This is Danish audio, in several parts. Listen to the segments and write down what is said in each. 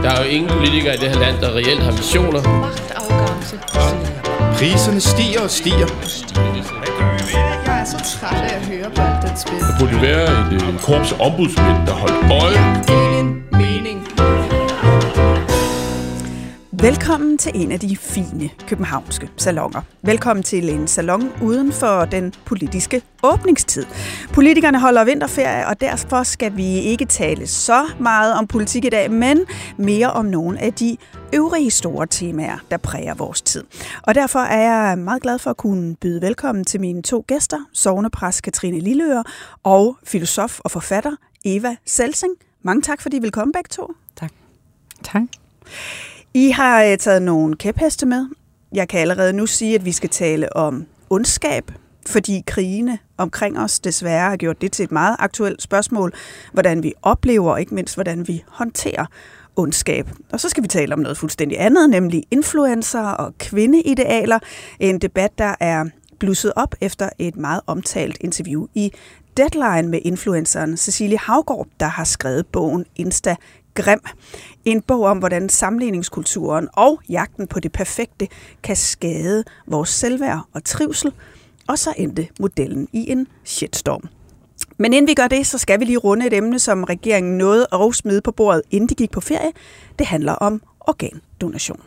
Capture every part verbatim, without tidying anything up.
Der er jo ingen politikere i det her land, der reelt har visioner. Magtafgangse. Priserne stiger og stiger. Jeg er så træt af at høre på alt den spil. Der burde være et øh, korps ombudsmænd, der holdt øje. Ingen mening. Velkommen til en af de fine københavnske salonger. Velkommen til en salon uden for den politiske åbningstid. Politikerne holder vinterferie, og derfor skal vi ikke tale så meget om politik i dag, men mere om nogle af de øvrige store temaer, der præger vores tid. Og derfor er jeg meget glad for at kunne byde velkommen til mine to gæster, sognepræst Katrine Lilleøre og filosof og forfatter Eva Selsing. Mange tak, fordi I vil komme begge to. Tak. Tak. I har taget nogle kæpheste med. Jeg kan allerede nu sige, at vi skal tale om ondskab, fordi krigene omkring os desværre har gjort det til et meget aktuelt spørgsmål, hvordan vi oplever og ikke mindst, hvordan vi håndterer ondskab. Og så skal vi tale om noget fuldstændig andet, nemlig influencer og kvindeidealer. En debat, der er blusset op efter et meget omtalt interview i Deadline med influenceren Cecilie Haugaard, der har skrevet bogen Insta Grim. En bog om, hvordan sammenligningskulturen og jagten på det perfekte kan skade vores selvværd og trivsel. Og så endte modellen i en shitstorm. Men inden vi gør det, så skal vi lige runde et emne, som regeringen nåede at smide på bordet, inden de gik på ferie. Det handler om organdonation.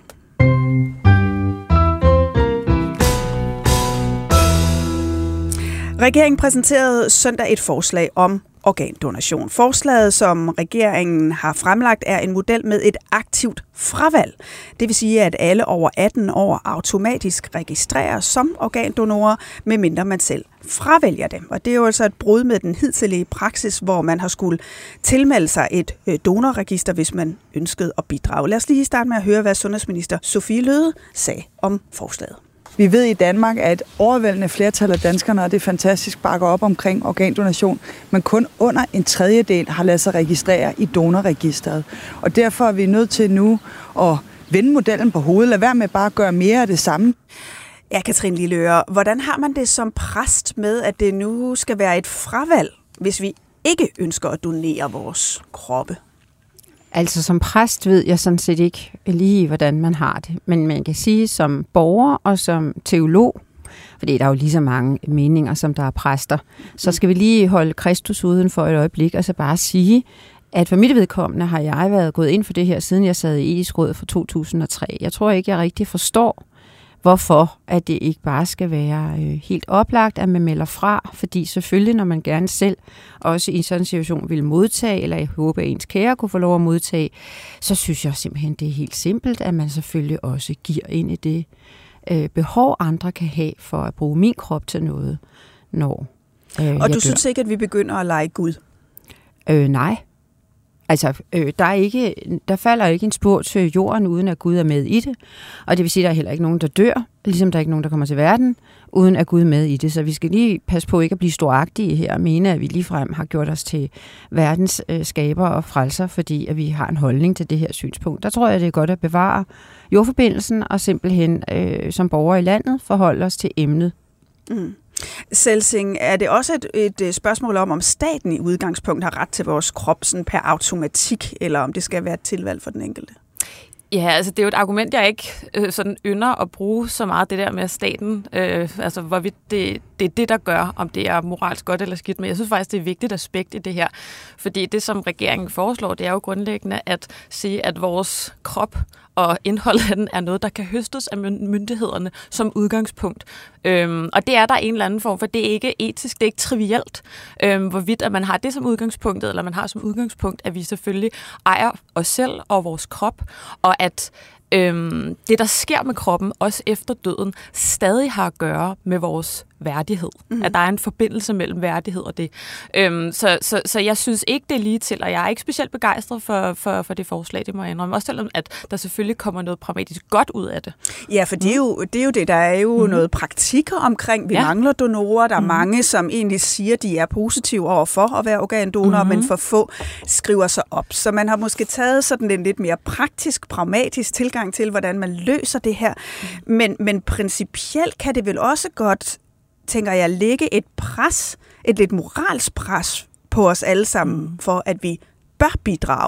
Regeringen præsenterede søndag et forslag om organdonation. Forslaget, som regeringen har fremlagt, er en model med et aktivt fravalg. Det vil sige, at alle over atten år automatisk registreres som organdonorer, medmindre man selv fravælger dem. Og det er jo altså et brud med den hidtidige praksis, hvor man har skulle tilmelde sig et donorregister, hvis man ønskede at bidrage. Lad os lige starte med at høre, hvad sundhedsminister Sophie Løhde sagde om forslaget. Vi ved i Danmark, at et overvældende flertal af danskerne, og det er fantastisk, bakker op omkring organdonation, men kun under en tredjedel har ladet sig registrere i donorregisteret. Og derfor er vi nødt til nu at vende modellen på hovedet. Lad være med bare at gøre mere af det samme. Ja, Katrine Lilleøre, hvordan har man det som præst med, at det nu skal være et fravalg, hvis vi ikke ønsker at donere vores kroppe? Altså som præst ved jeg sådan set ikke lige, hvordan man har det. Men man kan sige som borger og som teolog, fordi der er jo lige så mange meninger, som der er præster, så skal vi lige holde Kristus uden for et øjeblik, og så bare sige, at for mit vedkommende har jeg været gået ind for det her, siden jeg sad i Etisk Råd for to tusind og tre. Jeg tror ikke, jeg rigtig forstår, hvorfor at det ikke bare skal være øh, helt oplagt, at man melder fra, fordi selvfølgelig, når man gerne selv også i sådan en situation vil modtage, eller jeg håber, at ens kære kunne få lov at modtage, så synes jeg simpelthen, det er helt simpelt, at man selvfølgelig også giver ind i det øh, behov, andre kan have for at bruge min krop til noget, når øh, jeg Og du dør. synes ikke, at vi begynder at lege Gud? Øh, nej. Altså, øh, der, er ikke, der falder ikke en spor til jorden, uden at Gud er med i det. Og det vil sige, at der er heller ikke nogen, der dør, ligesom der er ikke nogen, der kommer til verden, uden at Gud er med i det. Så vi skal lige passe på ikke at blive storagtige her og mene, at vi ligefrem har gjort os til verdens øh, skaber og frelser, fordi at vi har en holdning til det her synspunkt. Der tror jeg, det er godt at bevare jordforbindelsen og simpelthen øh, som borgere i landet forholde os til emnet. Mm. Selsing, er det også et, et spørgsmål om, om staten i udgangspunkt har ret til vores krop sådan per automatik, eller om det skal være et tilvalg for den enkelte? Ja, altså det er jo et argument, jeg ikke øh, sådan ynder at bruge så meget, det der med staten, øh, altså hvorvidt det, det er det, der gør, om det er moralsk godt eller skidt, men jeg synes faktisk, det er et vigtigt aspekt i det her, fordi det, som regeringen foreslår, det er jo grundlæggende at sige, at vores krop og indholdet af den er noget, der kan høstes af myndighederne som udgangspunkt. Øhm, og det er der en eller anden form for, det er ikke etisk, det er ikke trivielt, øhm, hvorvidt at man har det som udgangspunktet, eller man har som udgangspunkt, at vi selvfølgelig ejer os selv og vores krop, og at øhm, det, der sker med kroppen, også efter døden, stadig har at gøre med vores værdighed. Mm-hmm. At der er en forbindelse mellem værdighed og det. Øhm, så, så, så jeg synes ikke, det er lige til, og jeg er ikke specielt begejstret for, for, for det forslag, det må jeg indrømme. Også selvom, at der selvfølgelig kommer noget pragmatisk godt ud af det. Ja, for det er jo det, er jo det. Der er jo mm-hmm. noget praktikker omkring. Vi ja. mangler donorer. Der er mm-hmm. mange, som egentlig siger, de er positive over for at være organdonorer, mm-hmm. men for få skriver sig op. Så man har måske taget sådan en lidt mere praktisk, pragmatisk tilgang til, hvordan man løser det her. Mm-hmm. Men, men principielt kan det vel også godt, tænker jeg, lægge et pres, et lidt moralsk pres på os alle sammen, mm. for at vi bør bidrage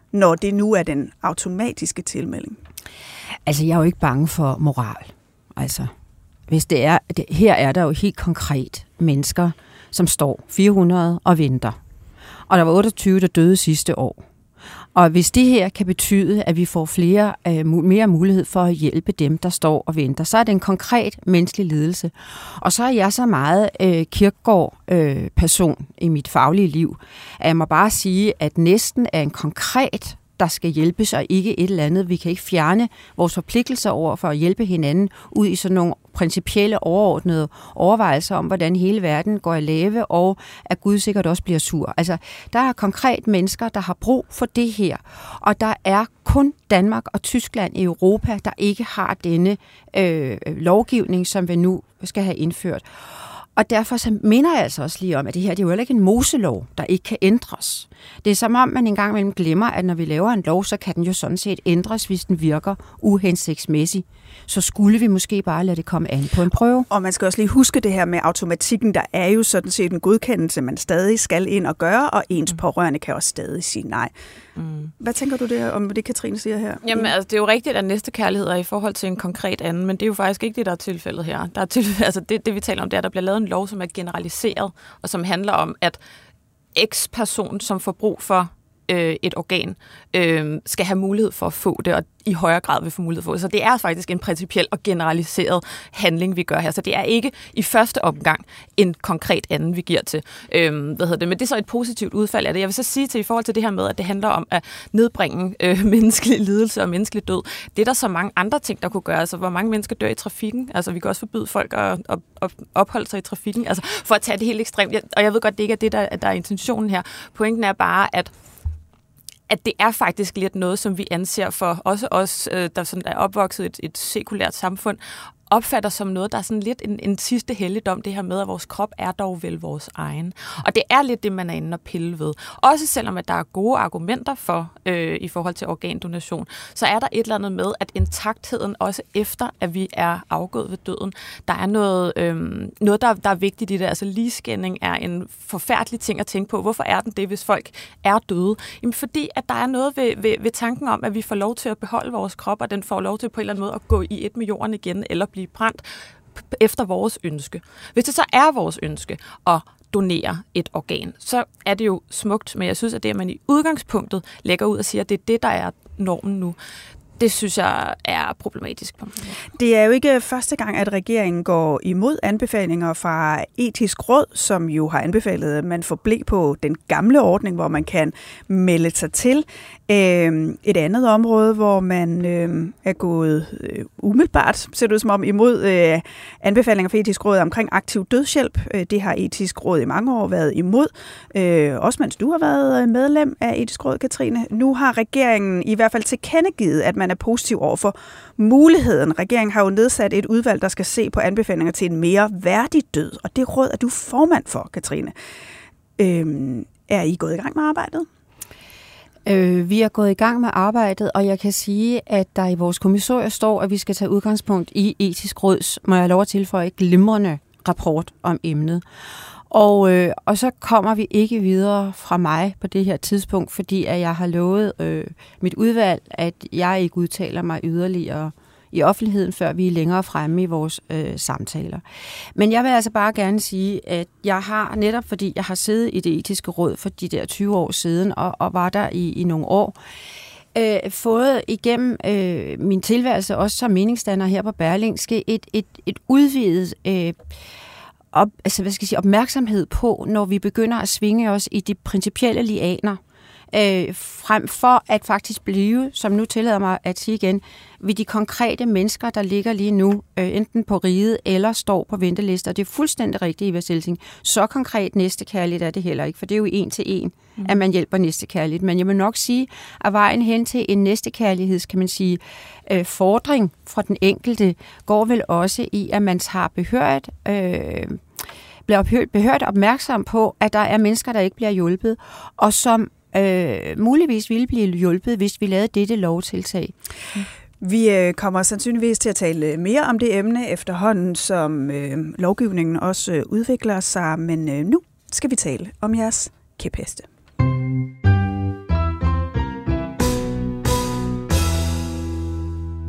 når det nu er den automatiske tilmelding? Altså, jeg er jo ikke bange for moral. Altså, hvis det er, det, her er der jo helt konkret mennesker, som står fire hundrede og venter. Og der var otteogtyve, der døde sidste år. Og hvis det her kan betyde, at vi får flere, øh, mere mulighed for at hjælpe dem, der står og venter, så er det en konkret menneskelig lidelse. Og så er jeg så meget øh, Kierkegaard-person øh, i mit faglige liv, at jeg må bare sige, at næsten er en konkret, der skal hjælpes, og ikke et eller andet. Vi kan ikke fjerne vores forpligtelser over for at hjælpe hinanden ud i sådan nogle principielle overordnede overvejelser om, hvordan hele verden går i lave, og at Gud sikkert også bliver sur. Altså, der er konkret mennesker, der har brug for det her, og der er kun Danmark og Tyskland i Europa, der ikke har denne øh, lovgivning, som vi nu skal have indført. Og derfor så minder jeg altså også lige om, at det her det er jo heller ikke en moselov, der ikke kan ændres. Det er som om, man engang imellem glemmer, at når vi laver en lov, så kan den jo sådan set ændres, hvis den virker uhensigtsmæssigt. Så skulle vi måske bare lade det komme an på en prøve. Og man skal også lige huske det her med automatikken. Der er jo sådan set en godkendelse, man stadig skal ind og gøre, og ens pårørende kan også stadig sige nej. Mm. Hvad tænker du der om det, Katrine siger her? Jamen, altså, det er jo rigtigt, at næste kærlighed er i forhold til en konkret anden, men det er jo faktisk ikke det, der er tilfældet her. Der er tilfældet, altså det, det, vi taler om, det er, at der bliver lavet en lov, som er generaliseret, og som handler om, at X person, som får brug for øh, et organ, øh, skal have mulighed for at få det, og i højere grad vil få mulighed for det. Så det er faktisk en principiel og generaliseret handling, vi gør her. Så det er ikke i første omgang en konkret anden, vi giver til. Øh, hvad hedder det? Men det er så et positivt udfald af det. Jeg vil så sige til i forhold til det her med, at det handler om at nedbringe øh, menneskelig lidelse og menneskelig død. Det er der så mange andre ting, der kunne gøre. Altså, hvor mange mennesker dør i trafikken. Altså, vi kan også forbyde folk at, at, at opholde sig i trafikken. Altså, for at tage det helt ekstremt. Og jeg ved godt, det ikke er det, der, der er intentionen her. Pointen er bare, at at det er faktisk lidt noget, som vi anser for, også os, der sådan er opvokset i et, et sekulært samfund, opfatter som noget, der er sådan lidt en, en sidste helligdom, det her med, at vores krop er dog vel vores egen. Og det er lidt det, man er inde og pille ved. Også selvom, at der er gode argumenter for, øh, i forhold til organdonation, så er der et eller andet med, at intaktheden, også efter, at vi er afgået ved døden, der er noget, øh, noget der, der er vigtigt i det. Altså ligescanning er en forfærdelig ting at tænke på. Hvorfor er den det, hvis folk er døde? Jamen, fordi at der er noget ved, ved, ved tanken om, at vi får lov til at beholde vores krop, og den får lov til på en eller anden måde at gå i et med jorden igen, eller blive brændt efter vores ønske. Hvis det så er vores ønske at donere et organ, så er det jo smukt, men jeg synes, at det, at man i udgangspunktet lægger ud og siger, at det er det, der er normen nu, det synes jeg er problematisk. Det er jo ikke første gang, at regeringen går imod anbefalinger fra Etisk Råd, som jo har anbefalet, at man forblev på den gamle ordning, hvor man kan melde sig til. Et andet område, hvor man er gået umiddelbart, ser det ud som om, imod anbefalinger fra Etisk Råd omkring aktiv dødshjælp. Det har Etisk Råd i mange år været imod. Også mens du har været medlem af Etisk Råd, Katrine. Nu har regeringen i hvert fald tilkendegivet, at man er positiv over for muligheden. Regeringen har jo nedsat et udvalg, der skal se på anbefalinger til en mere værdig død. Og det råd er du formand for, Katrine. Øhm, er I gået i gang med arbejdet? Øh, vi er gået i gang med arbejdet, og jeg kan sige, at der i vores kommissorie står, at vi skal tage udgangspunkt i Etisk Råds, må jeg lov at tilføje, glimrende rapport om emnet. Og, øh, og så kommer vi ikke videre fra mig på det her tidspunkt, fordi at jeg har lovet øh, mit udvalg, at jeg ikke udtaler mig yderligere i offentligheden, før vi er længere fremme i vores øh, samtaler. Men jeg vil altså bare gerne sige, at jeg har netop, fordi jeg har siddet i det etiske råd for de der tyve år siden, og, og var der i, i nogle år, øh, fået igennem øh, min tilværelse, også som meningsdanner her på Berlingske, et, et, et udvidet øh, op, altså, hvad skal jeg sige, opmærksomhed på, når vi begynder at svinge os i de principielle lianer, øh, frem for at faktisk blive, som nu tillader mig at sige igen, ved de konkrete mennesker, der ligger lige nu, øh, enten på riget eller står på ventelister. Det er fuldstændig rigtigt, Eva Selsing. Så konkret næstekærligt er det heller ikke, for det er jo en til en, mm. at man hjælper næstekærligt. Men jeg vil nok sige, at vejen hen til en næstekærligheds, kan man sige, øh, fordring fra den enkelte, går vel også i, at man har behørt, øh, bliver behørt opmærksom på, at der er mennesker, der ikke bliver hjulpet, og som øh, muligvis ville blive hjulpet, hvis vi lavede dette lovtiltag. Mm. Vi kommer sandsynligvis til at tale mere om det emne efterhånden, som øh, lovgivningen også øh, udvikler sig, men øh, nu skal vi tale om jeres kæpheste.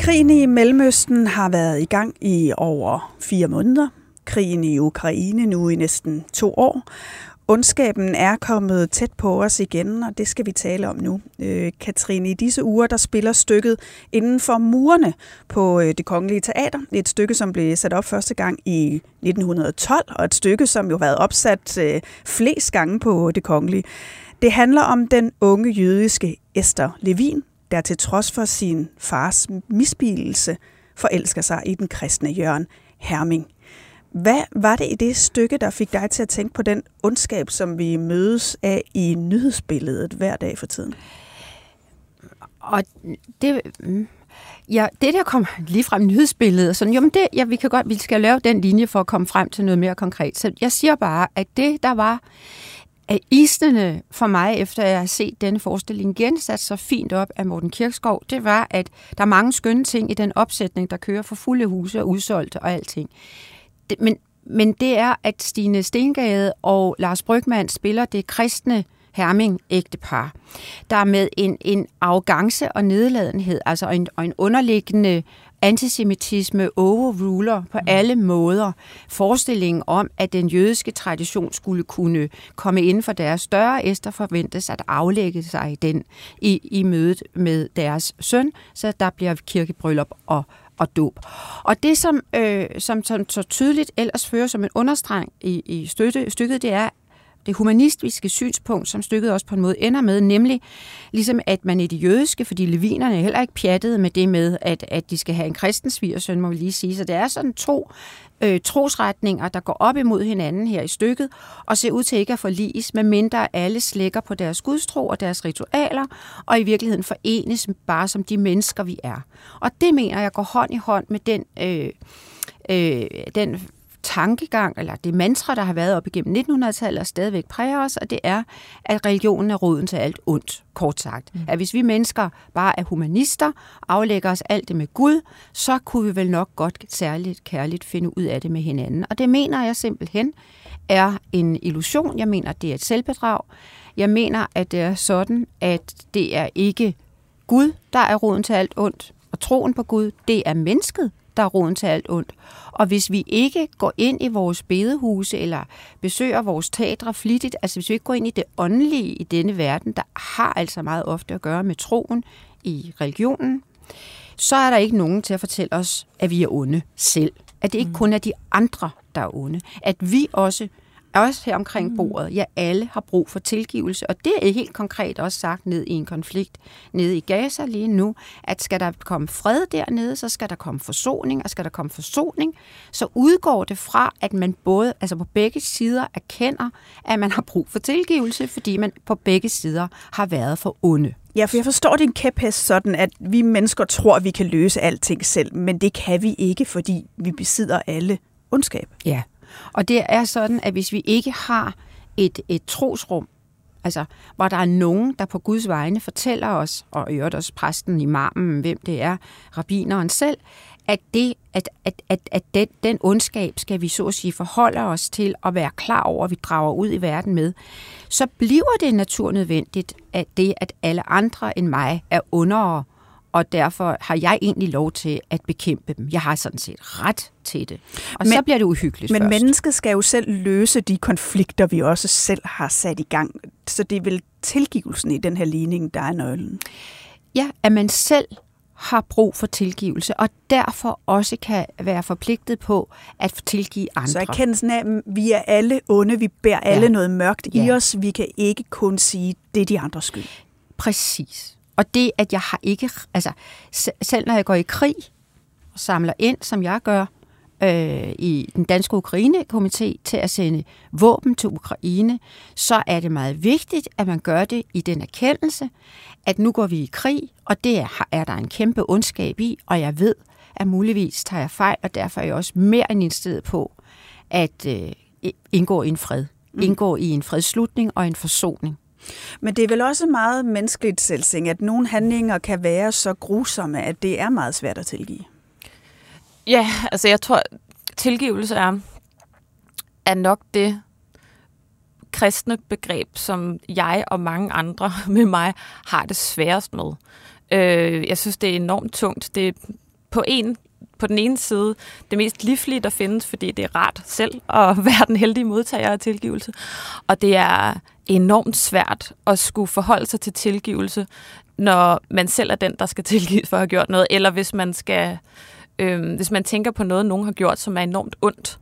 Krigen i Mellemøsten har været i gang i over fire måneder. Krigen i Ukraine nu i næsten to år. Ondskaben er kommet tæt på os igen, og det skal vi tale om nu. Øh, Katrine, i disse uger, der spiller stykket Inden for murene på øh, Det Kongelige Teater. Et stykke, som blev sat op første gang i nitten tolv, og et stykke, som jo har været opsat øh, flest gange på Det Kongelige. Det handler om den unge jødiske Esther Levin, der til trods for sin fars misbilligelse forelsker sig i den kristne Jørgen Herming. Hvad var det i det stykke, der fik dig til at tænke på den ondskab, som vi mødes af i nyhedsbilledet hver dag for tiden? Og det, ja, det der kom lige frem nyhedsbilledet, sådan, jo, men det, ja, vi kan godt, vi skal lave den linje for at komme frem til noget mere konkret. Så jeg siger bare, at det, der var af isnende for mig, efter jeg har set denne forestilling igen sat så fint op af Morten Kirkskov, det var, at der er mange skønne ting i den opsætning, der kører for fulde huse og udsolgte og alting. Det, men, men det er, at Stine Stengade og Lars Brygmann spiller det kristne Herming-ægtepar, der med en, en arrogance og nedladenhed, altså en, og en underliggende antisemitisme overruler på alle måder forestillingen om, at den jødiske tradition skulle kunne komme inden for deres større Esther forventes at aflægge sig i den i, i mødet med deres søn, så der bliver kirkebryllup og og dåb. Og det, som, øh, som, som så tydeligt ellers fører som en understreng i, i støtte, stykket, det er det humanistiske synspunkt, som stykket også på en måde ender med, nemlig ligesom at man i det jødiske, fordi levinerne er heller ikke pjattede med det med, at, at de skal have en kristen svigersøn, må vi lige sige. Så det er sådan to øh, trosretninger, der går op imod hinanden her i stykket, og ser ud til ikke at forliges, medmindre alle slækker på deres gudstro og deres ritualer, og i virkeligheden forenes bare som de mennesker, vi er. Og det mener jeg går hånd i hånd med den, øh, øh, den tankegang, eller det mantra, der har været op igennem nittenhundredetallet og stadigvæk præger os, og det er, at religionen er roden til alt ondt, kort sagt. Mm. At hvis vi mennesker bare er humanister, aflægger os alt det med Gud, så kunne vi vel nok godt særligt kærligt finde ud af det med hinanden. Og det mener jeg simpelthen er en illusion. Jeg mener, det er et selvbedrag. Jeg mener, at det er sådan, at det er ikke Gud, der er roden til alt ondt, og troen på Gud, det er mennesket, der er roden til alt ondt. Og hvis vi ikke går ind i vores bedehuse eller besøger vores teatre flittigt, altså hvis vi ikke går ind i det åndelige i denne verden, der har altså meget ofte at gøre med troen i religionen, så er der ikke nogen til at fortælle os, at vi er onde selv. At det ikke kun er de andre, der er onde. At vi også også her omkring bordet, ja, alle har brug for tilgivelse, og det er helt konkret også sagt ned i en konflikt nede i Gaza lige nu, at skal der komme fred dernede, så skal der komme forsoning, og skal der komme forsoning, så udgår det fra, at man både, altså på begge sider erkender, at man har brug for tilgivelse, fordi man på begge sider har været for onde. Ja, for jeg forstår din kæphest sådan, at vi mennesker tror, at vi kan løse alting selv, men det kan vi ikke, fordi vi besidder alle ondskab. Ja. Og det er sådan, at hvis vi ikke har et, et trosrum, altså hvor der er nogen, der på Guds vegne fortæller os, og i øvrigt også præsten, imamen, hvem det er, rabbineren selv, at, det, at, at, at, at den, den ondskab skal vi så at sige forholde os til og være klar over, at vi drager ud i verden med, så bliver det naturnødvendigt, at det, at alle andre end mig er ondere, og derfor har jeg egentlig lov til at bekæmpe dem. Jeg har sådan set ret til det. Og men, så bliver det uhyggeligt men først. Men mennesket skal jo selv løse de konflikter, vi også selv har sat i gang. Så det er vel tilgivelsen i den her ligning, der er nøglen. Ja, at man selv har brug for tilgivelse, og derfor også kan være forpligtet på at tilgive andre. Så erkendelsen af, at vi er alle onde, vi bærer alle ja. noget mørkt ja. i os. Vi kan ikke kun sige, det er de andres skyld. Præcis. Og det, at jeg har ikke, altså selv når jeg går i krig og samler ind, som jeg gør øh, i den danske Ukraine-komité til at sende våben til Ukraine, så er det meget vigtigt, at man gør det i den erkendelse, at nu går vi i krig, og det er, er der en kæmpe ondskab i, og jeg ved, at muligvis tager jeg fejl, og derfor er jeg også mere end indstillet på at øh, indgå i en fred, mm. indgå i en fredsslutning og en forsoning. Men det er vel også meget menneskeligt selvsing, at nogle handlinger kan være så grusomme, at det er meget svært at tilgive. Ja, altså jeg tror, tilgivelse er, er nok det kristne begreb, som jeg og mange andre med mig har det sværest med. Øh, jeg synes, det er enormt tungt. Det på en på den ene side det mest livlige, der findes, fordi det er rart selv at være den heldige modtager af tilgivelse. Og det er enormt svært at skulle forholde sig til tilgivelse, når man selv er den, der skal tilgive for at have gjort noget, eller hvis man skal, øh, hvis man tænker på noget, nogen har gjort, som er enormt ondt,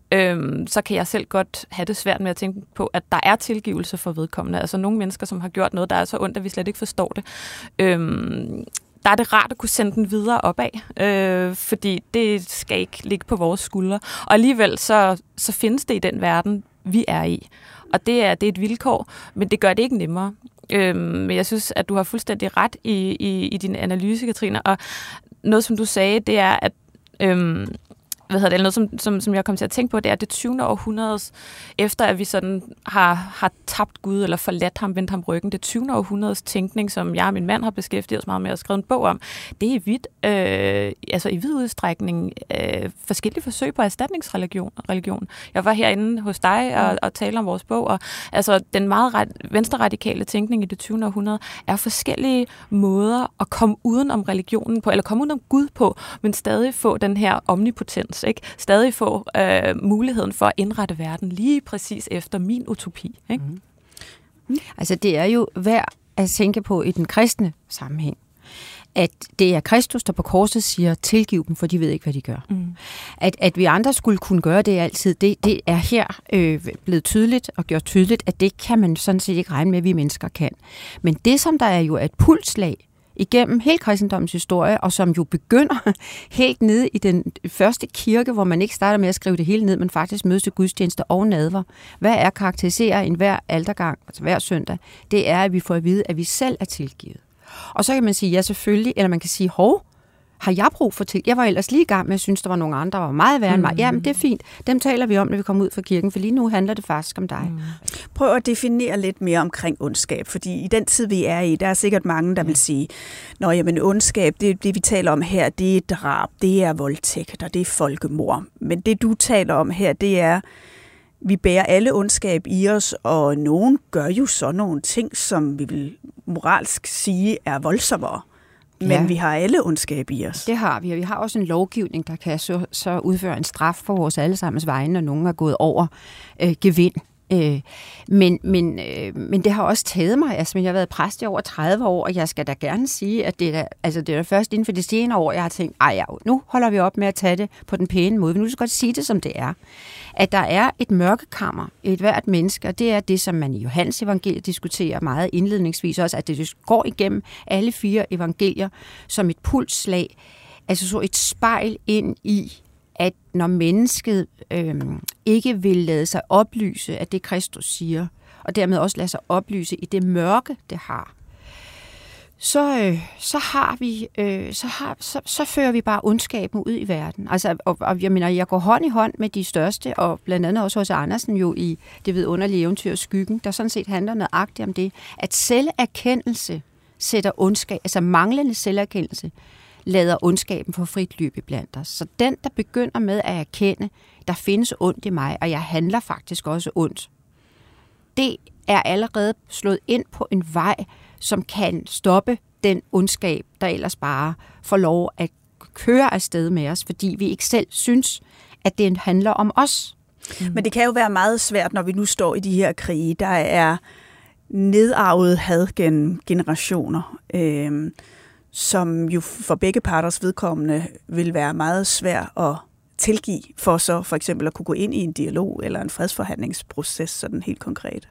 øh, så kan jeg selv godt have det svært med at tænke på, at der er tilgivelse for vedkommende. Altså nogle mennesker, som har gjort noget, der er så ondt, at vi slet ikke forstår det. Øh, Der er det rart at kunne sende den videre opad, øh, fordi det skal ikke ligge på vores skuldre. Og alligevel så, så findes det i den verden, vi er i. Og det er, det er et vilkår, men det gør det ikke nemmere. Øh, men jeg synes, at du har fuldstændig ret i, i, i din analyse, Katrine. Og noget, som du sagde, det er, at... Øh, hvad hedder det, noget, som, som, som jeg kom til at tænke på, det er det tyvende århundredes, efter at vi sådan har, har tabt Gud, eller forladt ham, vendt ham ryggen, det tyvende århundredes tænkning, som jeg og min mand har beskæftiget os meget med og skrevet en bog om, det er i vidt, øh, altså i vid udstrækning øh, forskellige forsøg på erstatningsreligion. Religion. Jeg var herinde hos dig og, og talte om vores bog, og altså den meget ret, venstreradikale tænkning i det tyvende århundrede er forskellige måder at komme uden om religionen på, eller komme uden om Gud på, men stadig få den her omnipotens. Ikke? Stadig få øh, muligheden for at indrette verden lige præcis efter min utopi. Ikke? Mm. Mm. Altså det er jo værd at tænke på i den kristne sammenhæng, at det er Kristus, der på korset siger, tilgiv dem, for de ved ikke, hvad de gør. Mm. At, at vi andre skulle kunne gøre det altid, det, det er her øh, blevet tydeligt og gjort tydeligt, at det kan man sådan set ikke regne med, at vi mennesker kan. Men det, som der er jo et pulslag igennem hele kristendommens historie, og som jo begynder helt nede i den første kirke, hvor man ikke starter med at skrive det hele ned, men faktisk mødes til gudstjenester og nadver. Hvad er karakteriserer en hver altergang, altså hver søndag? Det er, at vi får at vide, at vi selv er tilgivet. Og så kan man sige, ja selvfølgelig, eller man kan sige, hov, har jeg brug for til? Jeg var ellers lige i gang med at synes, der var nogle andre, der var meget værre end mig. Jamen, det er fint. Dem taler vi om, når vi kommer ud fra kirken, for lige nu handler det faktisk om dig. Mm. Prøv at definere lidt mere omkring ondskab, fordi i den tid, vi er i, der er sikkert mange, der vil sige, nå, jamen, ondskab, det, det vi taler om her, det er drab, det er voldtægt, og det er folkemord. Men det, du taler om her, det er, vi bærer alle ondskab i os, og nogen gør jo så nogle ting, som vi vil moralsk sige er voldsommere. Men ja. Vi har alle ondskab i os. Det har vi, og vi har også en lovgivning, der kan så, så udføre en straf for vores allesammens vegne, når nogen er gået over øh, gevind. Øh, men, men, øh, men det har også taget mig. Altså, jeg har været præst i over tredive år, og jeg skal da gerne sige, at det er da, altså, det er da først inden for de senere år, jeg har tænkt, ej ja, nu holder vi op med at tage det på den pæne måde. Men nu skal godt sige det, som det er. At der er et mørkekammer i et hvert menneske, og det er det, som man i Johannes evangeliet diskuterer meget indledningsvis også, at det går igennem alle fire evangelier som et pulsslag, altså så et spejl ind i, at når mennesket øh, ikke vil lade sig oplyse af det, Kristus siger, og dermed også lade sig oplyse i det mørke, det har, så, øh, så har vi, øh, så, har, så, så fører vi bare ondskaben ud i verden. Altså, og, og jeg mener, jeg går hånd i hånd med de største, og blandt andet også hos Andersen jo i det vidunderlige eventyr Skyggen, der sådan set handler nøjagtigt om det, at selverkendelse sætter ondskab, altså manglende selverkendelse, lader ondskaben få frit løb iblandt os. Så den, der begynder med at erkende, der findes ondt i mig, og jeg handler faktisk også ondt, det er allerede slået ind på en vej, som kan stoppe den ondskab, der ellers bare får lov at køre afsted med os, fordi vi ikke selv synes, at det handler om os. Mm. Men det kan jo være meget svært, når vi nu står i de her krige, der er nedarvet had gennem generationer, øh, som jo for begge parters vedkommende vil være meget svær at tilgive, for så for eksempel at kunne gå ind i en dialog eller en fredsforhandlingsproces, sådan helt konkret.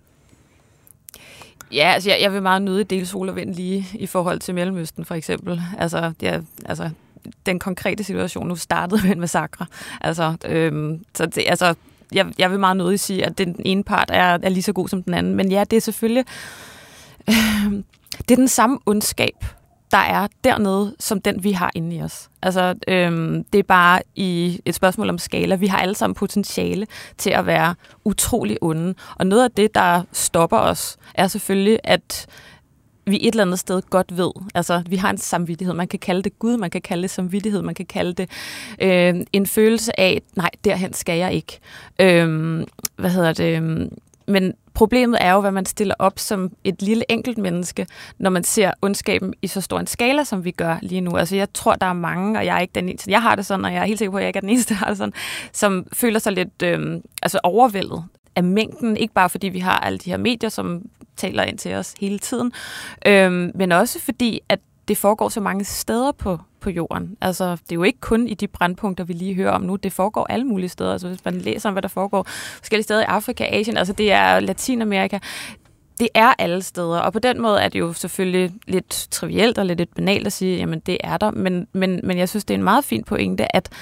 Ja, altså jeg, jeg vil meget nødig dele sol og vind lige i forhold til Mellemøsten for eksempel. Altså, ja, altså den konkrete situation nu startede med en massakre. Altså, øhm, så det, altså jeg, jeg vil meget nødig sige, at den ene part er, er lige så god som den anden. Men ja, det er selvfølgelig øh, det er den samme ondskab, der er dernede, som den, vi har inde i os. Altså, øhm, det er bare i et spørgsmål om skala. Vi har alle sammen potentiale til at være utrolig onde. Og noget af det, der stopper os, er selvfølgelig, at vi et eller andet sted godt ved. Altså, vi har en samvittighed. Man kan kalde det Gud, man kan kalde det samvittighed, man kan kalde det øh, en følelse af, nej, derhen skal jeg ikke. Øh, hvad hedder det? men problemet er jo, hvad man stiller op som et lille enkelt menneske, når man ser ondskaben i så stor en skala, som vi gør lige nu. Altså, jeg tror, der er mange, og jeg er ikke den eneste. Jeg har det sådan, og jeg er helt sikker på, at jeg ikke er den eneste, der har det sådan, som føler sig lidt øh, altså overvældet af mængden. Ikke bare fordi vi har alle de her medier, som taler ind til os hele tiden, øh, men også fordi, at det foregår så mange steder på, på jorden. Altså, det er jo ikke kun i de brandpunkter, vi lige hører om nu. Det foregår alle mulige steder. Altså, hvis man læser om, hvad der foregår forskellige steder i Afrika, Asien, altså det er Latinamerika. Det er alle steder, og på den måde er det jo selvfølgelig lidt trivielt og lidt, lidt banalt at sige, jamen det er der, men, men, men jeg synes, det er en meget fin pointe at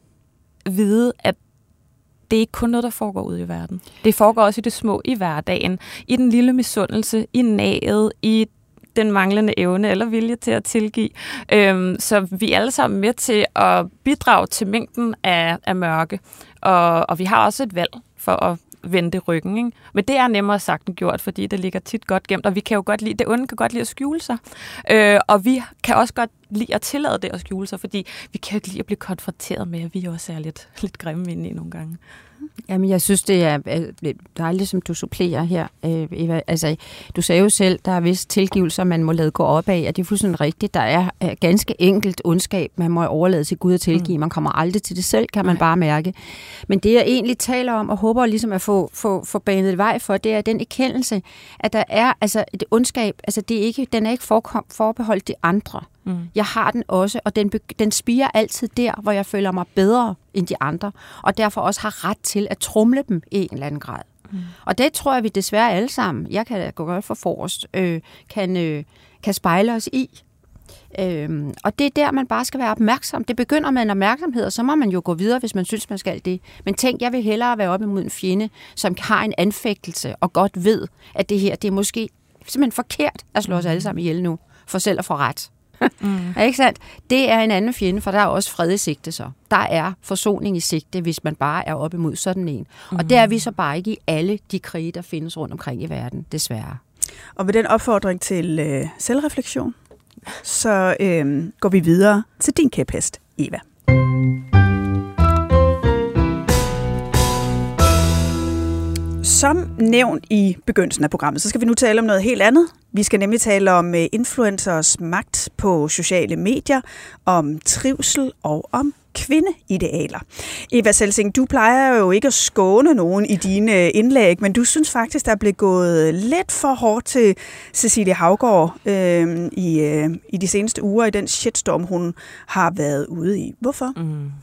vide, at det er ikke kun noget, der foregår ude i verden. Det foregår også i det små, i hverdagen, i den lille misundelse, i naget, i den manglende evne eller vilje til at tilgive. Øhm, så vi er alle sammen med til at bidrage til mængden af, af mørke. Og, og vi har også et valg for at vende ryggen. Ikke? Men det er nemmere sagt end gjort, fordi det ligger tit godt gemt, og vi kan jo godt lide, det onde kan godt lide at skjule sig. Øh, og vi kan også godt lide at tillade det at skjule sig, fordi vi kan jo ikke lide at blive konfronteret med, at vi også er lidt, lidt grimme inde i nogle gange. Jamen, jeg synes, det er dejligt, som du supplerer her, Eva. Altså, du sagde jo selv, der er vist tilgivelser, man må lade gå op af, og det er fuldstændig rigtigt. Der er ganske enkelt ondskab, man må overlade til Gud at tilgive. Man kommer aldrig til det selv, kan man bare mærke. Men det, jeg egentlig taler om, og håber ligesom at få, få, få banet vej for, det er den erkendelse, at der er altså et ondskab, altså det er ikke, den er ikke forkom, forbeholdt de andre. Mm. Jeg har den også, og den, den spirer altid der, hvor jeg føler mig bedre end de andre, og derfor også har ret til at tromle dem i en eller anden grad. Mm. Og det tror jeg, vi desværre alle sammen, jeg kan da gå godt for forrest, øh, kan, øh, kan spejle os i. Øhm, og det er der, man bare skal være opmærksom. Det begynder med en opmærksomhed, og så må man jo gå videre, hvis man synes, man skal det. Men tænk, jeg vil hellere være op imod en fjende, som har en anfægtelse, og godt ved, at det her, det er måske simpelthen forkert at slå os alle sammen ihjel nu, for selv at få ret. Mm. Er ikke sandt? Det er en anden fjende, for der er også fred i sigte så. Der er forsoning i sigte, hvis man bare er op imod sådan en. Mm. Og det er vi så bare ikke i alle de krige, der findes rundt omkring i verden, desværre. Og med den opfordring til øh, selvreflektion, så øh, går vi videre til din kæphest, Eva. Som nævnt i begyndelsen af programmet, så skal vi nu tale om noget helt andet. Vi skal nemlig tale om influencers magt på sociale medier, om trivsel og om kvindeidealer. Eva Selsing, du plejer jo ikke at skåne nogen i dine indlæg, men du synes faktisk, der er blevet gået lidt for hårdt til Cecilie Haugaard øh, i, øh, i de seneste uger i den shitstorm, hun har været ude i. Hvorfor? Mm.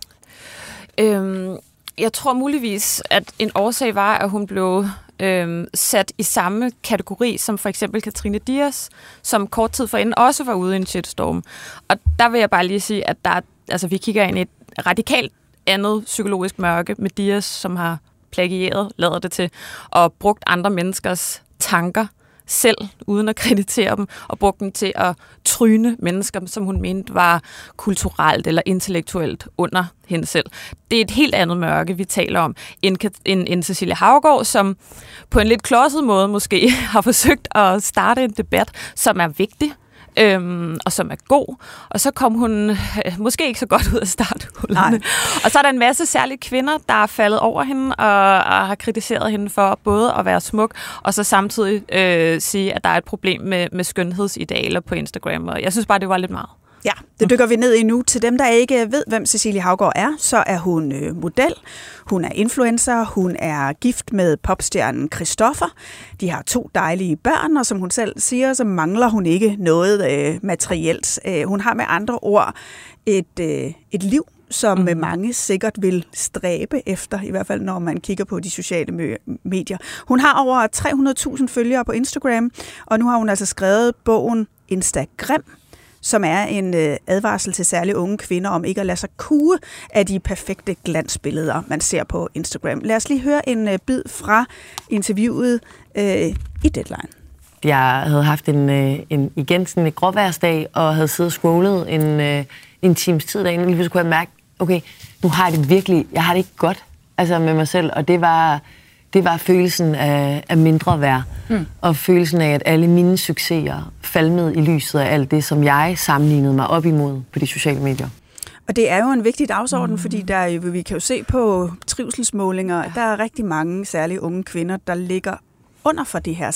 Øhm Jeg tror muligvis, at en årsag var, at hun blev øh, sat i samme kategori som for eksempel Katrine Dias, som kort tid forinden også var ude i en shitstorm. Og der vil jeg bare lige sige, at der, altså, vi kigger ind i et radikalt andet psykologisk mørke med Dias, som har plagieret, lader det til, og brugt andre menneskers tanker selv, uden at kreditere dem, og brugt dem til at tryne mennesker, som hun mente var kulturelt eller intellektuelt under hende selv. Det er et helt andet mørke, vi taler om, end, end, end Cecilie Haugaard, som på en lidt klodset måde måske har forsøgt at starte en debat, som er vigtig, Øhm, og som er god. Og så kom hun øh, måske ikke så godt ud af starthullerne. Og så er der en masse særlige kvinder, der er faldet over hende og, og har kritiseret hende for både at være smuk, og så samtidig øh, sige, at der er et problem med, med skønhedsidealer på Instagram. Og jeg synes bare, det var lidt meget. Ja, det dykker vi ned i nu. Til dem, der ikke ved, hvem Cecilie Haugaard er, så er hun øh, model, hun er influencer, hun er gift med popstjernen Christoffer. De har to dejlige børn, og som hun selv siger, så mangler hun ikke noget øh, materielt. Øh, hun har med andre ord et, øh, et liv, som mm. mange sikkert vil stræbe efter, i hvert fald når man kigger på de sociale medier. Hun har over tre hundrede tusind følgere på Instagram, og nu har hun altså skrevet bogen Instagram, som er en øh, advarsel til særligt unge kvinder om ikke at lade sig kue af de perfekte glansbilleder, man ser på Instagram. Lad os lige høre en øh, bid fra interviewet øh, i Deadline. Jeg havde haft en, øh, en igen sådan en gråværsdag, og havde siddet og scrollet en, øh, en times tid derinde, og lige pludselig kunne jeg mærke, okay, nu har jeg det virkelig, jeg har det ikke godt altså med mig selv, og det var... Det var følelsen af, af mindre værd, mm. og følelsen af, at alle mine succeser falmede i lyset af alt det, som jeg sammenlignede mig op imod på de sociale medier. Og det er jo en vigtig dagsorden, mm. fordi der er jo, vi kan jo se på trivselsmålinger, ja. Der er rigtig mange særlige unge kvinder, der ligger under for det her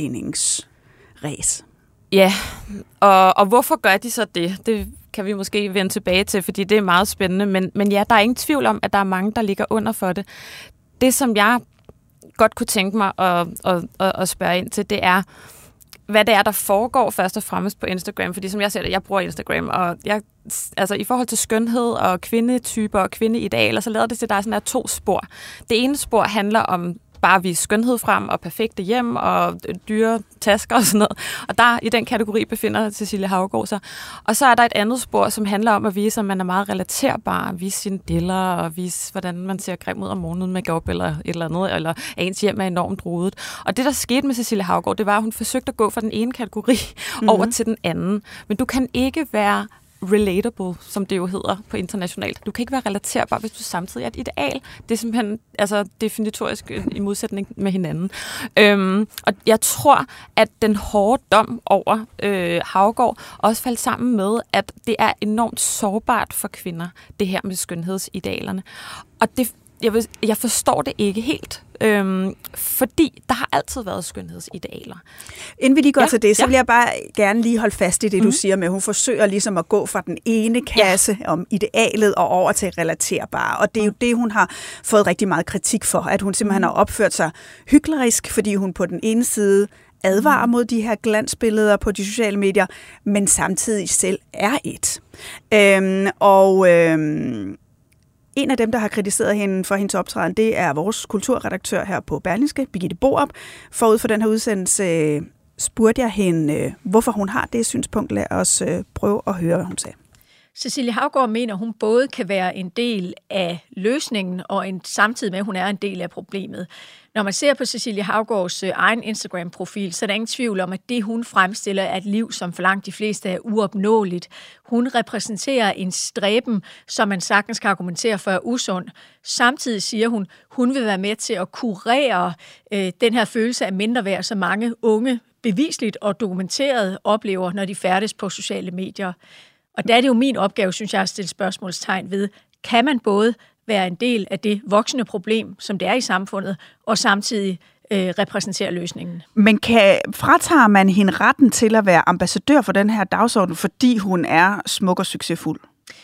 sammenligningsræs. Ja, og, og hvorfor gør de så det? Det kan vi måske vende tilbage til, fordi det er meget spændende. Men, men ja, der er ingen tvivl om, at der er mange, der ligger under for det. Det, som jeg godt kunne tænke mig at, at, at, at spørge ind til, det er, hvad det er, der foregår først og fremmest på Instagram. Fordi som jeg ser det, jeg bruger Instagram, og jeg, altså, i forhold til skønhed og kvindetyper og kvindeidealer, så lader det til, at der er sådan her to spor. Det ene spor handler om bare at vise skønhed frem og perfekte hjem og dyre tasker og sådan noget. Og der i den kategori befinder Cecilie Haugaard sig. Og så er der et andet spor, som handler om at vise, at man er meget relaterbar, vise sine diller og vise, hvordan man ser grim ud om morgenen uden makeup eller et eller andet, eller at ens hjem er enormt rodet. Og det, der skete med Cecilie Haugaard, det var, at hun forsøgte at gå fra den ene kategori mm-hmm. over til den anden. Men du kan ikke være relatable, som det jo hedder på internationalt. Du kan ikke være relaterbar, hvis du samtidig er et ideal. Det er simpelthen altså, definitorisk i modsætning med hinanden. Øhm, og jeg tror, at den hårde dom over øh, Haugaard også faldt sammen med, at det er enormt sårbart for kvinder, det her med skønhedsidealerne. Og det, jeg, vil, jeg forstår det ikke helt. Øhm, fordi der har altid været skønhedsidealer. Inden vi lige går ja, til det, så ja. vil jeg bare gerne lige holde fast i det, mm-hmm. du siger med, hun forsøger ligesom at gå fra den ene kasse ja. om idealet og over til relaterbare. Og det er jo det, hun har fået rigtig meget kritik for, at hun simpelthen har opført sig hyklerisk, fordi hun på den ene side advarer mod de her glansbilleder på de sociale medier, men samtidig selv er et. Øhm, og øhm, En af dem, der har kritiseret hende for hendes optræden, det er vores kulturredaktør her på Berlingske, Birgitte Borup. Forud for den her udsendelse øh, spurgte jeg hende, øh, hvorfor hun har det synspunkt. Lad os øh, prøve at høre, hvad hun sagde. Cecilie Haugaard mener, hun både kan være en del af løsningen, og en, samtidig med, at hun er en del af problemet. Når man ser på Cecilie Haugaards øh, egen Instagram-profil, så er der ingen tvivl om, at det, hun fremstiller, er et liv, som for langt de fleste er uopnåeligt. Hun repræsenterer en stræben, som man sagtens kan argumentere for er usund. Samtidig siger hun, hun vil være med til at kurere øh, den her følelse af mindreværd, som mange unge bevisligt og dokumenteret oplever, når de færdes på sociale medier. Og der er det jo min opgave, synes jeg, at stille spørgsmålstegn ved, kan man både være en del af det voksende problem, som det er i samfundet, og samtidig øh, repræsentere løsningen. Men kan, fratager man hende retten til at være ambassadør for den her dagsorden, fordi hun er smuk og succesfuld?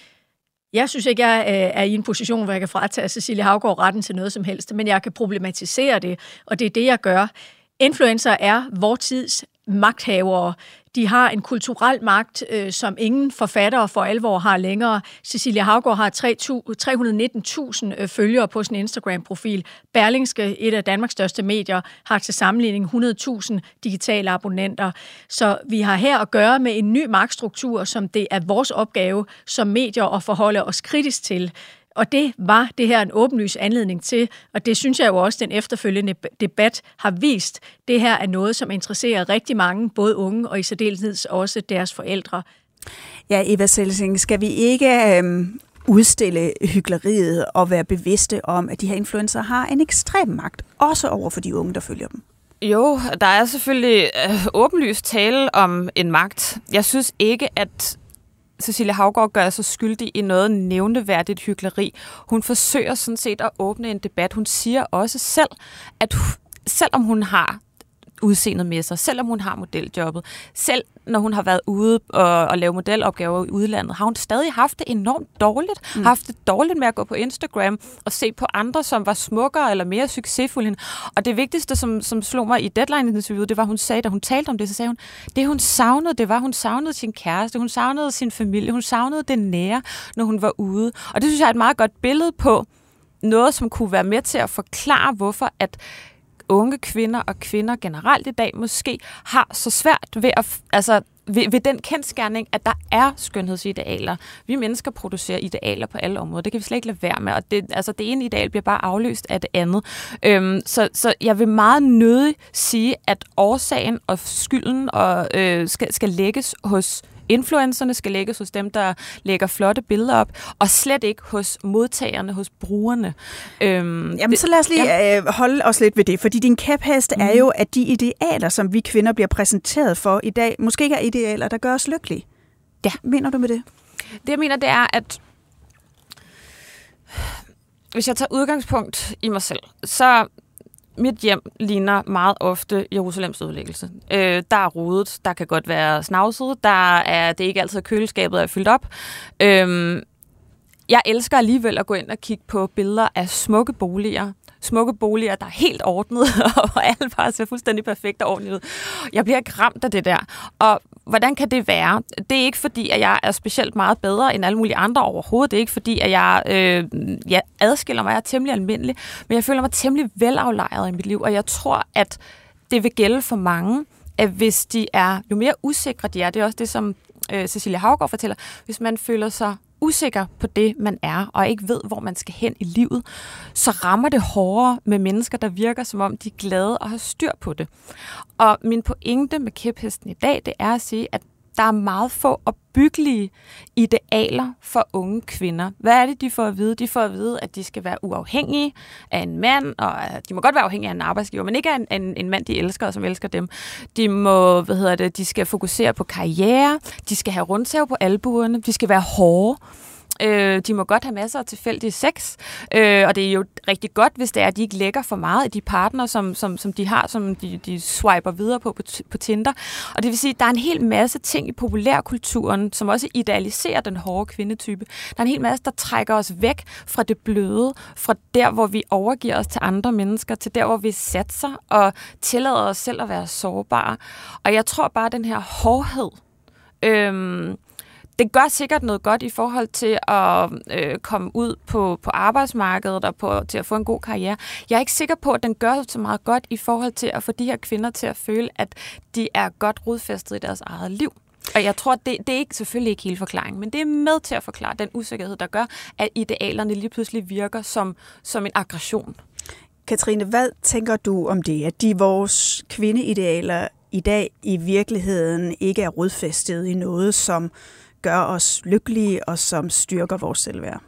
Jeg synes ikke, jeg er i en position, hvor jeg kan fratage Cecilie Haugaard retten til noget som helst, men jeg kan problematisere det, og det er det, jeg gør. Influencer er vor tids magthavere. De har en kulturel magt, øh, som ingen forfattere for alvor har længere. Cecilie Haugaard har tre hundrede og nitten tusind øh, følgere på sin Instagram-profil. Berlingske, et af Danmarks største medier, har til sammenligning hundrede tusind digitale abonnenter. Så vi har her at gøre med en ny magtstruktur, som det er vores opgave som medier at forholde os kritisk til. Og det var det her en åbenlys anledning til, og det synes jeg jo også, den efterfølgende debat har vist. Det her er noget, som interesserer rigtig mange, både unge og i særdeleshed også deres forældre. Ja, Eva Selsing, skal vi ikke øhm, udstille hykleriet og være bevidste om, at de her influencer har en ekstrem magt, også over for de unge, der følger dem? Jo, der er selvfølgelig øh, åbenlyst tale om en magt. Jeg synes ikke, at Cecilie Haugaard gør sig skyldig i noget nævneværdigt hykleri. Hun forsøger sådan set at åbne en debat. Hun siger også selv, at selvom hun har udseendet med sig, selvom hun har modeljobbet, selv når hun har været ude og, og lave modelopgaver i udlandet, har hun stadig haft det enormt dårligt. Mm. Haft det dårligt med at gå på Instagram og se på andre, som var smukkere eller mere succesfulde. Og det vigtigste, som, som slog mig i Deadline-interviewet, det var, hun sagde, da hun talte om det, så sagde hun, det hun savnede, det var, hun savnede sin kæreste, hun savnede sin familie, hun savnede det nære, når hun var ude. Og det synes jeg er et meget godt billede på noget, som kunne være med til at forklare, hvorfor at unge kvinder og kvinder generelt i dag måske har så svært ved, at, altså, ved, ved den kendsgerning, at der er skønhedsidealer. Vi mennesker producerer idealer på alle områder. Det kan vi slet ikke lade være med. Og det, altså, det ene ideal bliver bare afløst af det andet. Øhm, så, så jeg vil meget nødig sige, at årsagen og skylden og, øh, skal, skal lægges hos influencerne, skal lægges hos dem, der lægger flotte billeder op, og slet ikke hos modtagerne, hos brugerne. Øhm, Jamen, det, så lad os lige ja. øh, holde os lidt ved det, fordi din kæphest mm. er jo, at de idealer, som vi kvinder bliver præsenteret for i dag, måske ikke er idealer, der gør os lykkelige. Ja. Mener du med det? Det, jeg mener, det er, at hvis jeg tager udgangspunkt i mig selv, så mit hjem ligner meget ofte Jerusalems ødelæggelse. Øh, der er rodet, der kan godt være snavset, der er det er ikke altid køleskabet er fyldt op. Øh, jeg elsker alligevel at gå ind og kigge på billeder af smukke boliger. Smukke boliger, der er helt ordnet, og alle bare ser fuldstændig perfekt og ordentligt ud. Jeg bliver ikke ramt af det der. Og hvordan kan det være? Det er ikke fordi, at jeg er specielt meget bedre end alle mulige andre overhovedet. Det er ikke fordi, at jeg, øh, jeg adskiller mig. Jeg er temmelig almindelig, men jeg føler mig temmelig velaflejret i mit liv, og jeg tror, at det vil gælde for mange, at hvis de er, jo mere usikre de er, det er også det, som øh, Cecilie Haugaard fortæller, hvis man føler sig usikker på det, man er, og ikke ved, hvor man skal hen i livet, så rammer det hårdere med mennesker, der virker, som om de er glade og har styr på det. Og min pointe med kæphesten i dag, det er at sige, at der er meget få opbyggelige idealer for unge kvinder. Hvad er det, de får at vide? De får at vide, at de skal være uafhængige af en mand, og de må godt være afhængige af en arbejdsgiver, men ikke af en, en, en mand, de elsker og som elsker dem. De må, hvad hedder det, de skal fokusere på karriere, de skal have rundsav på albuerne, de skal være hårde. Øh, de må godt have masser af tilfældige sex, øh, og det er jo rigtig godt, hvis det er, at de ikke lægger for meget af de partner, som, som, som de har, som de, de swiper videre på, på på Tinder. Og det vil sige, at der er en hel masse ting i populærkulturen, som også idealiserer den hårde kvindetype. Der er en hel masse, der trækker os væk fra det bløde, fra der, hvor vi overgiver os til andre mennesker, til der, hvor vi satser og tillader os selv at være sårbare. Og jeg tror bare, at den her hårdhed, øh, det gør sikkert noget godt i forhold til at øh, komme ud på, på arbejdsmarkedet og på, til at få en god karriere. Jeg er ikke sikker på, at den gør så meget godt i forhold til at få de her kvinder til at føle, at de er godt rodfæstet i deres eget liv. Og jeg tror, det, det er ikke, selvfølgelig ikke hele forklaringen, men det er med til at forklare den usikkerhed, der gør, at idealerne lige pludselig virker som, som en aggression. Katrine, hvad tænker du om det, at de vores kvindeidealer i dag i virkeligheden ikke er rodfæstet i noget, som gør os lykkelige og som styrker vores selvværd?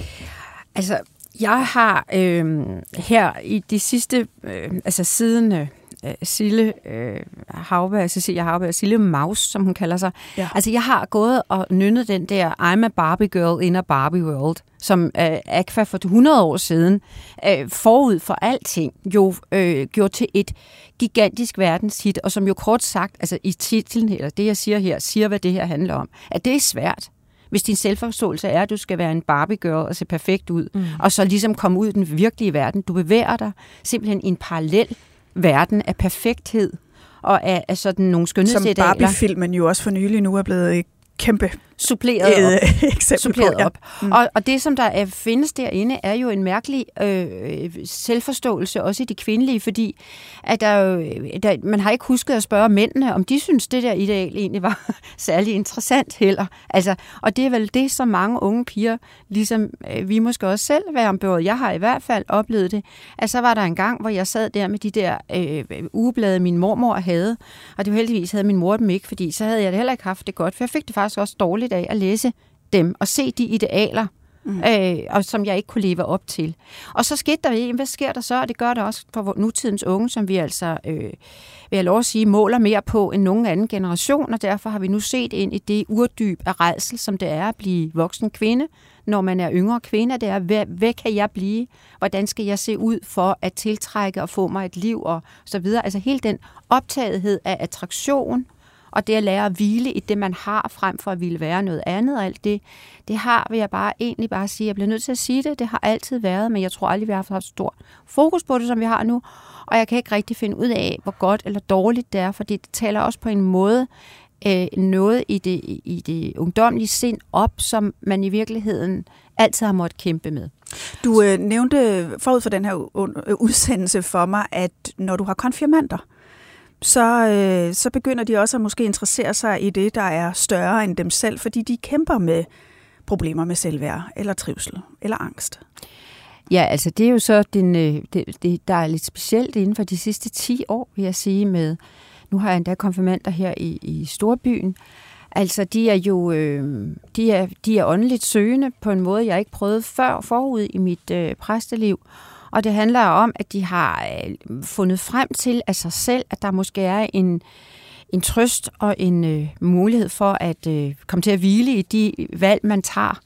Altså, jeg har øh, her i de sidste, øh, altså siden øh, Sille øh, Hauberg, Cecilie Hauberg, Sille Maus, som hun kalder sig. Ja. Altså, jeg har gået og nynnet den der I'm a Barbie girl in a Barbie world, som øh, Aqua for hundrede år siden, øh, forud for alting, jo øh, gjorde til et gigantisk verdenshit, og som jo kort sagt, altså i titlen, eller det jeg siger her, siger, hvad det her handler om, at det er svært. Hvis din selvforståelse er, at du skal være en Barbie-girl og se perfekt ud, mm. og så ligesom komme ud i den virkelige verden. Du bevæger dig simpelthen i en parallel verden af perfekthed, og af, af sådan nogle skønhedsidealer. Som Barbie-filmen jo også for nylig nu er blevet kæmpe suppleret op. eksempel suppleret på, ja. op. Mm. Og, og det, som der er, findes derinde, er jo en mærkelig øh, selvforståelse, også i de kvindelige, fordi at der, der, man har ikke husket at spørge mændene, om de synes, det der ideal egentlig var særlig interessant heller. Altså, og det er vel det, som mange unge piger, ligesom øh, vi måske også selv være ombord. Jeg har i hvert fald oplevet det, at så var der en gang, hvor jeg sad der med de der øh, ugeblade, min mormor havde, og det var heldigvis havde min mor dem ikke, fordi så havde jeg det heller ikke haft det godt, for jeg fik det faktisk også dårligt af at læse dem og se de idealer, mm. øh, og som jeg ikke kunne leve op til. Og så skete der ikke, hvad sker der så? Og det gør det også for nutidens unge, som vi altså, øh, vil jeg lov at sige, måler mere på end nogen anden generation, og derfor har vi nu set ind i det urdyb af rædsel, som det er at blive voksen kvinde, når man er yngre kvinde. Det er, hvad, hvad kan jeg blive? Hvordan skal jeg se ud for at tiltrække og få mig et liv? Og så videre. Altså hele den optagethed af attraktion, og det at lære at hvile i det, man har, frem for at ville være noget andet, og alt det, det har, vil jeg bare egentlig bare sige, jeg bliver nødt til at sige det, det har altid været, men jeg tror aldrig, vi har haft stor fokus på det, som vi har nu, og jeg kan ikke rigtig finde ud af, hvor godt eller dårligt det er, fordi det taler også på en måde øh, noget i det, i det ungdomlige sind op, som man i virkeligheden altid har måttet kæmpe med. Du øh, nævnte forud for den her udsendelse for mig, at når du har konfirmander, så, øh, så begynder de også at måske interessere sig i det, der er større end dem selv, fordi de kæmper med problemer med selvværd, eller trivsel, eller angst. Ja, altså det er jo så, den, det, det, der er lidt specielt inden for de sidste ti år, vil jeg sige, med, nu har jeg endda konfirmander her i, i Storbyen. Altså de er jo øh, de er, de er åndeligt søgende på en måde, jeg ikke prøvede før forud i mit øh, præsteliv. Og det handler om, at de har fundet frem til af sig selv, at der måske er en, en trøst og en øh, mulighed for at øh, komme til at hvile i de valg, man tager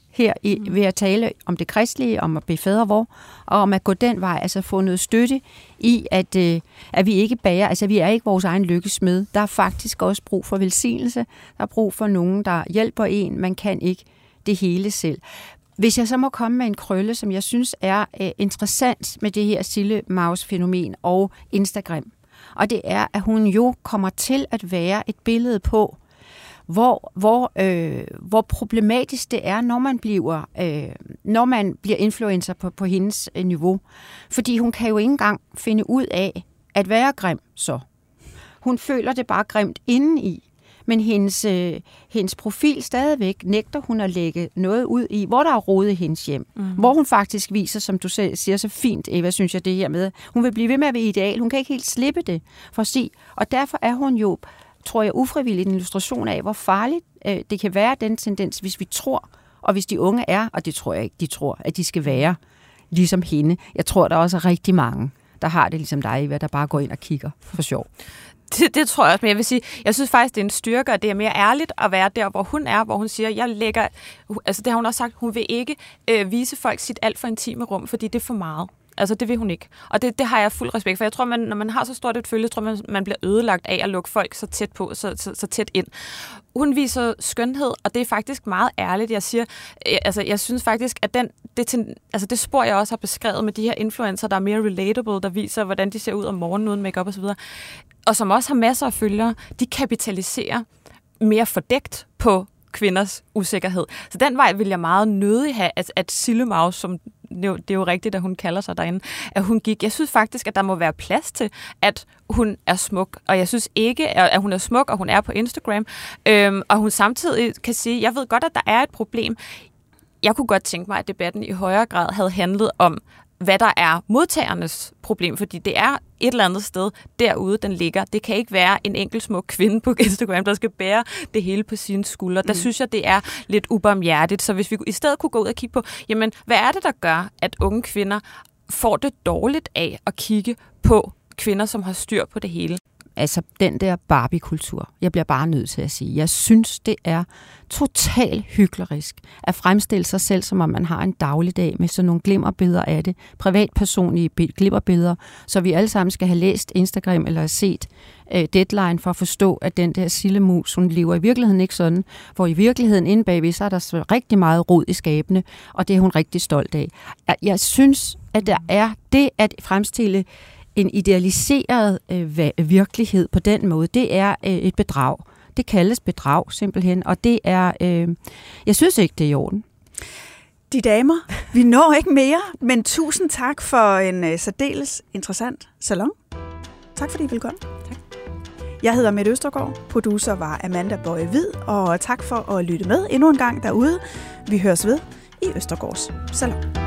her i, ved at tale om det kristelige, om at bede fader vor, og om at gå den vej, altså få noget støtte i, at, øh, at vi ikke bærer, altså vi er ikke vores egen lykkesmed. Der er faktisk også brug for velsignelse. Der er brug for nogen, der hjælper en. Man kan ikke det hele selv. Hvis jeg så må komme med en krølle, som jeg synes er øh, interessant med det her Sille Maus-fænomen og Instagram, og det er, at hun jo kommer til at være et billede på, hvor, hvor, øh, hvor problematisk det er, når man bliver, øh, når man bliver influencer på, på hendes øh, niveau. Fordi hun kan jo ikke engang finde ud af at være grim så. Hun føler det bare grimt indeni. Men hendes, øh, hendes profil stadigvæk nægter hun at lægge noget ud i, hvor der er rodet i hendes hjem. Mm-hmm. Hvor hun faktisk viser, som du siger så fint, Eva, synes jeg det her med, hun vil blive ved med at være ideal. Hun kan ikke helt slippe det for at sige. Og derfor er hun jo, tror jeg, ufrivilligt en illustration af, hvor farligt øh, det kan være, den tendens, hvis vi tror, og hvis de unge er, og det tror jeg ikke, de tror, at de skal være ligesom hende. Jeg tror, der også er rigtig mange, der har det ligesom dig, Eva, der bare går ind og kigger for sjov. Det, det tror jeg også, men jeg vil sige, jeg synes faktisk, det er en styrke, og det er mere ærligt at være der, hvor hun er, hvor hun siger, jeg lægger, altså det har hun også sagt, hun vil ikke øh, vise folk sit alt for intime rum, fordi det er for meget. Altså, det vil hun ikke. Og det, det har jeg fuld respekt for. Jeg tror, man, når man har så stort et følge, tror man, man bliver ødelagt af at lukke folk så tæt på, så, så, så tæt ind. Hun viser skønhed, og det er faktisk meget ærligt. Jeg siger, altså, jeg synes faktisk, at den, det, til, altså, det spor, jeg også har beskrevet med de her influencer, der er mere relatable, der viser, hvordan de ser ud om morgenen uden makeup og så videre, og som også har masser af følgere, de kapitaliserer mere fordækt på kvinders usikkerhed. Så den vej vil jeg meget nødig have, at, at Sille Maus, som det er jo rigtigt, at hun kalder sig derinde, at hun gik. Jeg synes faktisk, at der må være plads til, at hun er smuk. Og jeg synes ikke, at hun er smuk, og hun er på Instagram. Øhm, og hun samtidig kan sige, jeg ved godt, at der er et problem. Jeg kunne godt tænke mig, at debatten i højere grad havde handlet om, hvad der er modtagernes problem, fordi det er et eller andet sted derude, den ligger. Det kan ikke være en enkelt smuk kvinde på Instagram, der skal bære det hele på sine skuldre. Der mm. synes jeg, det er lidt ubarmhjertigt. Så hvis vi i stedet kunne gå ud og kigge på, jamen, hvad er det, der gør, at unge kvinder får det dårligt af at kigge på kvinder, som har styr på det hele? Altså, den der Barbie-kultur, jeg bliver bare nødt til at sige, jeg synes, det er totalt hyklerisk at fremstille sig selv, som om man har en dagligdag med sådan nogle glimmerbilleder af det, privatpersonlige glimmerbilleder, så vi alle sammen skal have læst Instagram eller set uh, Deadline for at forstå, at den der Sille Mus, hun lever i virkeligheden ikke sådan, hvor i virkeligheden inde bagved, så er der så rigtig meget rod i skabene, og det er hun rigtig stolt af. Jeg, jeg synes, at der er det at fremstille en idealiseret øh, virkelighed på den måde, det er øh, et bedrag. Det kaldes bedrag simpelthen, og det er, øh, jeg synes ikke, det er i orden. De damer, vi når ikke mere, men tusind tak for en øh, særdeles interessant salon. Tak fordi I ville komme. Tak. Jeg hedder Mette Østergaard, producer var Amanda Bøje Hvid, og tak for at lytte med endnu en gang derude. Vi høres ved i Østergaards Salon.